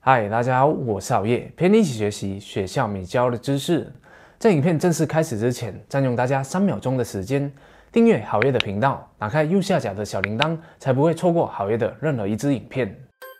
嗨，大家好，我是郝烨，陪你一起学习学校没教的知识。在影片正式开始之前，占用大家3秒钟的时间，订阅郝烨的频道，打开右下角的小铃铛，才不会错过郝烨的任何一支影片。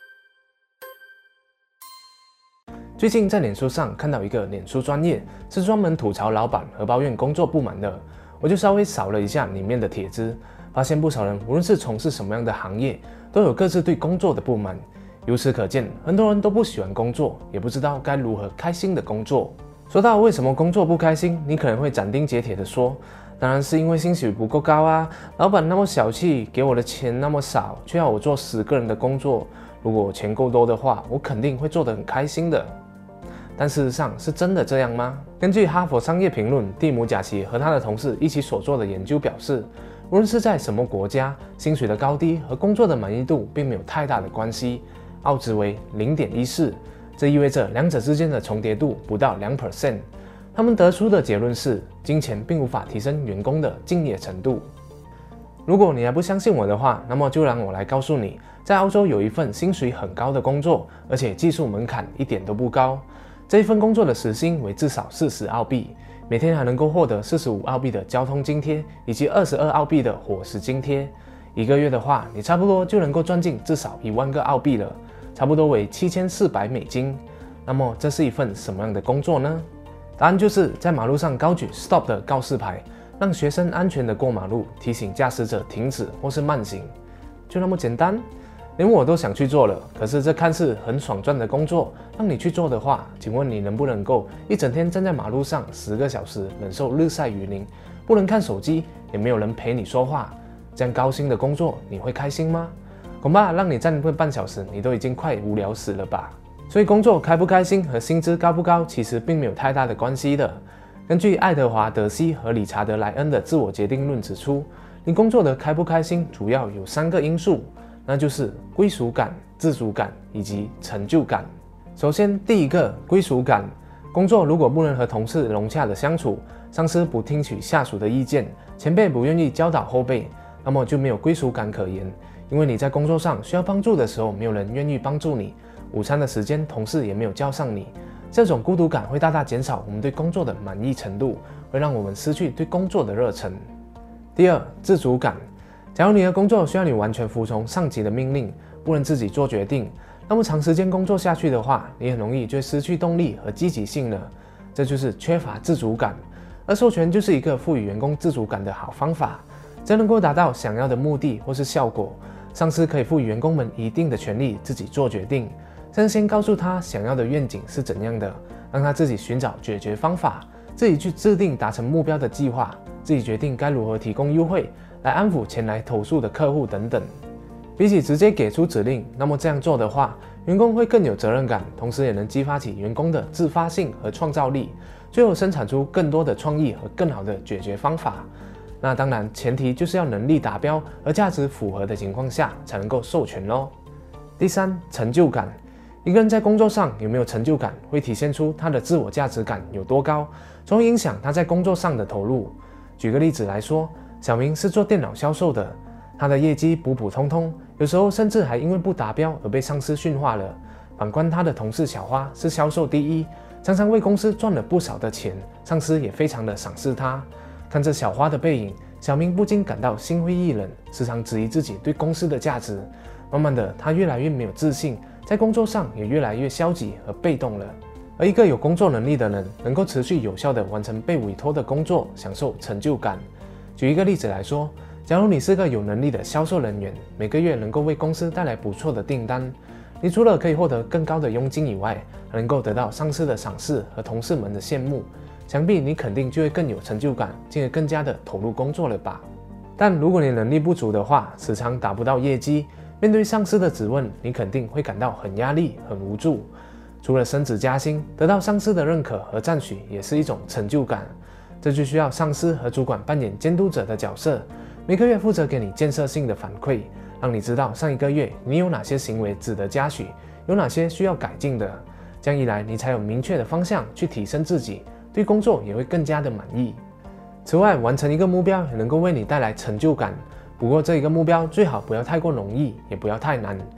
最近在脸书上看到一个脸书专页，是专门吐槽老板和抱怨工作不满的，我就稍微扫了一下里面的帖子，发现不少人无论是从事什么样的行业，都有各自对工作的不满。由此可见，很多人都不喜欢工作，也不知道该如何开心的工作。说到为什么工作不开心，你可能会斩钉截铁的说，当然是因为薪水不够高啊，老板那么小气，给我的钱那么少，却要我做10个人的工作。如果钱够多的话，我肯定会做得很开心的。但事实上是真的这样吗？根据哈佛商业评论，蒂姆·贾奇和他的同事一起所做的研究表示，无论是在什么国家，薪水的高低和工作的满意度并没有太大的关系，奥值为 0.14， 这意味着两者之间的重叠度不到 2%。 他们得出的结论是，金钱并无法提升员工的敬业程度。如果你还不相信我的话，那么就让我来告诉你，在澳洲有一份薪水很高的工作，而且技术门槛一点都不高。这一份工作的时薪为至少40澳币，每天还能够获得45澳币的交通津贴，以及22澳币的伙食津贴。一个月的话，你差不多就能够赚进至少1万个澳币了，差不多为7400美金。那么这是一份什么样的工作呢？答案就是在马路上高举 Stop 的告示牌，让学生安全的过马路，提醒驾驶者停止或是慢行，就那么简单。连我都想去做了，可是这看似很爽赚的工作，让你去做的话，请问你能不能够一整天站在马路上10个小时，忍受日晒雨淋，不能看手机，也没有人陪你说话？这样高薪的工作，你会开心吗？恐怕让你站个半小时，你都已经快无聊死了吧。所以工作开不开心和薪资高不高，其实并没有太大的关系的。根据爱德华·德西和理查德·莱恩的自我决定论指出，你工作的开不开心主要有3个因素，那就是归属感、自主感以及成就感。首先，第一个，归属感。工作如果不能和同事融洽的相处，上司不听取下属的意见，前辈不愿意教导后辈，那么就没有归属感可言。因为你在工作上需要帮助的时候，没有人愿意帮助你，午餐的时间同事也没有叫上你，这种孤独感会大大减少我们对工作的满意程度，会让我们失去对工作的热忱。第二，自主感。假如你的工作需要你完全服从上级的命令，不能自己做决定，那么长时间工作下去的话，你很容易就会失去动力和积极性了，这就是缺乏自主感。而授权就是一个赋予员工自主感的好方法，这能够达到想要的目的或是效果。上司可以赋予员工们一定的权利自己做决定，甚至先告诉他想要的愿景是怎样的，让他自己寻找解决方法，自己去制定达成目标的计划，自己决定该如何提供优惠来安抚前来投诉的客户等等。比起直接给出指令，那么这样做的话，员工会更有责任感，同时也能激发起员工的自发性和创造力，最后生产出更多的创意和更好的解决方法。那当然，前提就是要能力达标而价值符合的情况下才能够授权咯。第三，成就感。一个人在工作上有没有成就感，会体现出他的自我价值感有多高，从而影响他在工作上的投入。举个例子来说，小明是做电脑销售的，他的业绩普普通通，有时候甚至还因为不达标而被上司训话了。反观他的同事小花是销售第一，常常为公司赚了不少的钱，上司也非常的赏识他。看着小花的背影，小明不禁感到心灰意冷，时常质疑自己对公司的价值。慢慢的，他越来越没有自信，在工作上也越来越消极和被动了。而一个有工作能力的人，能够持续有效地完成被委托的工作，享受成就感。举一个例子来说，假如你是个有能力的销售人员，每个月能够为公司带来不错的订单，你除了可以获得更高的佣金以外，还能够得到上司的赏识和同事们的羡慕，想必你肯定就会更有成就感，进而更加的投入工作了吧。但如果你能力不足的话，时常达不到业绩，面对上司的质问，你肯定会感到很压力、很无助。除了升职加薪，得到上司的认可和赞许也是一种成就感。这就需要上司和主管扮演监督者的角色，每个月负责给你建设性的反馈，让你知道上一个月你有哪些行为值得嘉许，有哪些需要改进的。这样一来，你才有明确的方向去提升自己，对工作也会更加的满意。此外，完成一个目标也能够为你带来成就感，不过这一个目标最好不要太过容易，也不要太难。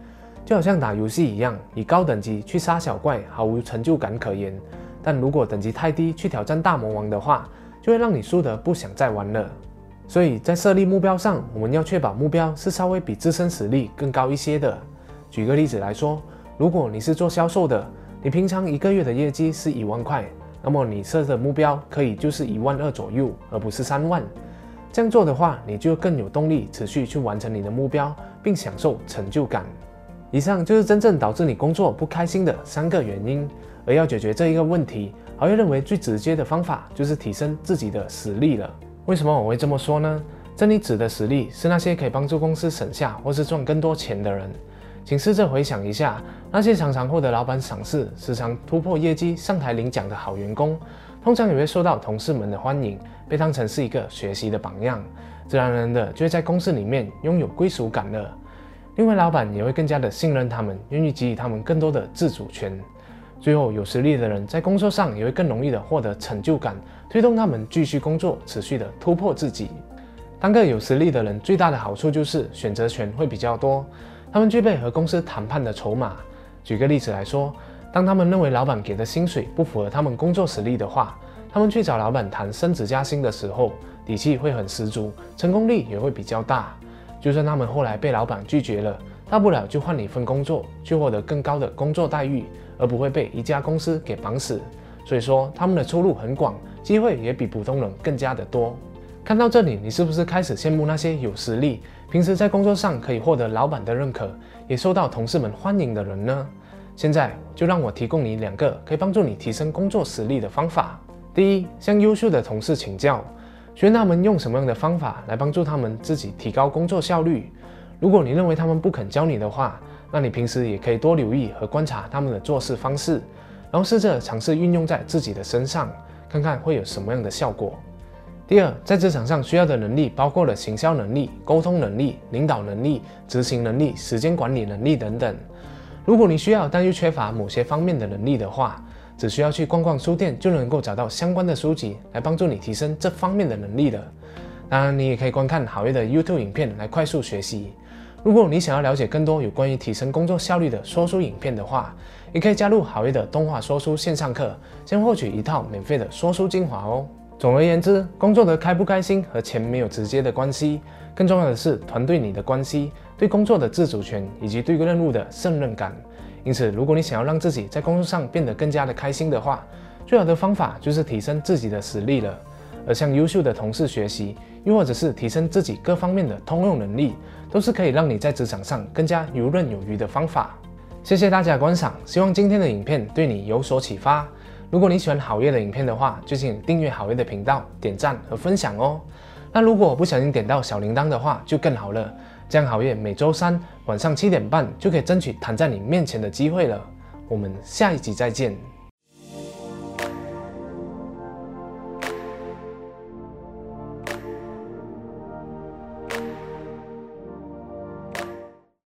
就好像打游戏一样，以高等级去杀小怪毫无成就感可言，但如果等级太低去挑战大魔王的话，就会让你输得不想再玩了。所以在设立目标上，我们要确保目标是稍微比自身实力更高一些的。举个例子来说，如果你是做销售的，你平常1个月的业绩是1万块，那么你设的目标可以就是1万2左右，而不是3万。这样做的话，你就更有动力持续去完成你的目标，并享受成就感。以上就是真正导致你工作不开心的3个原因。而要解决这一个问题，好业认为最直接的方法就是提升自己的实力了。为什么我会这么说呢？这里指的实力是那些可以帮助公司省下或是赚更多钱的人。请试着回想一下，那些常常获得老板赏识、时常突破业绩、上台领奖的好员工，通常也会受到同事们的欢迎，被当成是一个学习的榜样，自然而然的就会在公司里面拥有归属感了。另外，老板也会更加的信任他们，愿意给予他们更多的自主权。最后，有实力的人在工作上也会更容易的获得成就感，推动他们继续工作，持续的突破自己。当个有实力的人，最大的好处就是选择权会比较多，他们具备和公司谈判的筹码。举个例子来说，当他们认为老板给的薪水不符合他们工作实力的话，他们去找老板谈升职加薪的时候，底气会很十足，成功率也会比较大。就算他们后来被老板拒绝了，大不了就换一份工作，去获得更高的工作待遇，而不会被一家公司给绑死。所以说，他们的出路很广，机会也比普通人更加的多。看到这里，你是不是开始羡慕那些有实力，平时在工作上可以获得老板的认可，也受到同事们欢迎的人呢？现在就让我提供你2个可以帮助你提升工作实力的方法。第一，向优秀的同事请教，学他们用什么样的方法来帮助他们自己提高工作效率。如果你认为他们不肯教你的话，那你平时也可以多留意和观察他们的做事方式，然后试着尝试运用在自己的身上，看看会有什么样的效果。第二，在职场上需要的能力包括了行销能力、沟通能力、领导能力、执行能力、时间管理能力等等。如果你需要但又缺乏某些方面的能力的话，只需要去逛逛书店就能够找到相关的书籍来帮助你提升这方面的能力了。当然，你也可以观看好业的 YouTube 影片来快速学习。如果你想要了解更多有关于提升工作效率的说书影片的话，也可以加入好业的动画说书线上课，先获取一套免费的说书精华哦。总而言之，工作的开不开心和钱没有直接的关系，更重要的是团队里的关系、对工作的自主权以及对任务的胜任感。因此，如果你想要让自己在工作上变得更加的开心的话，最好的方法就是提升自己的实力了。而向优秀的同事学习，又或者是提升自己各方面的通用能力，都是可以让你在职场上更加游刃有余的方法。谢谢大家的观赏，希望今天的影片对你有所启发。如果你喜欢好业的影片的话，就请订阅好业的频道、点赞和分享哦。那如果不小心点到小铃铛的话，就更好了。这样好业每周3晚上7点半就可以争取躺在你面前的机会了。我们下一集再见。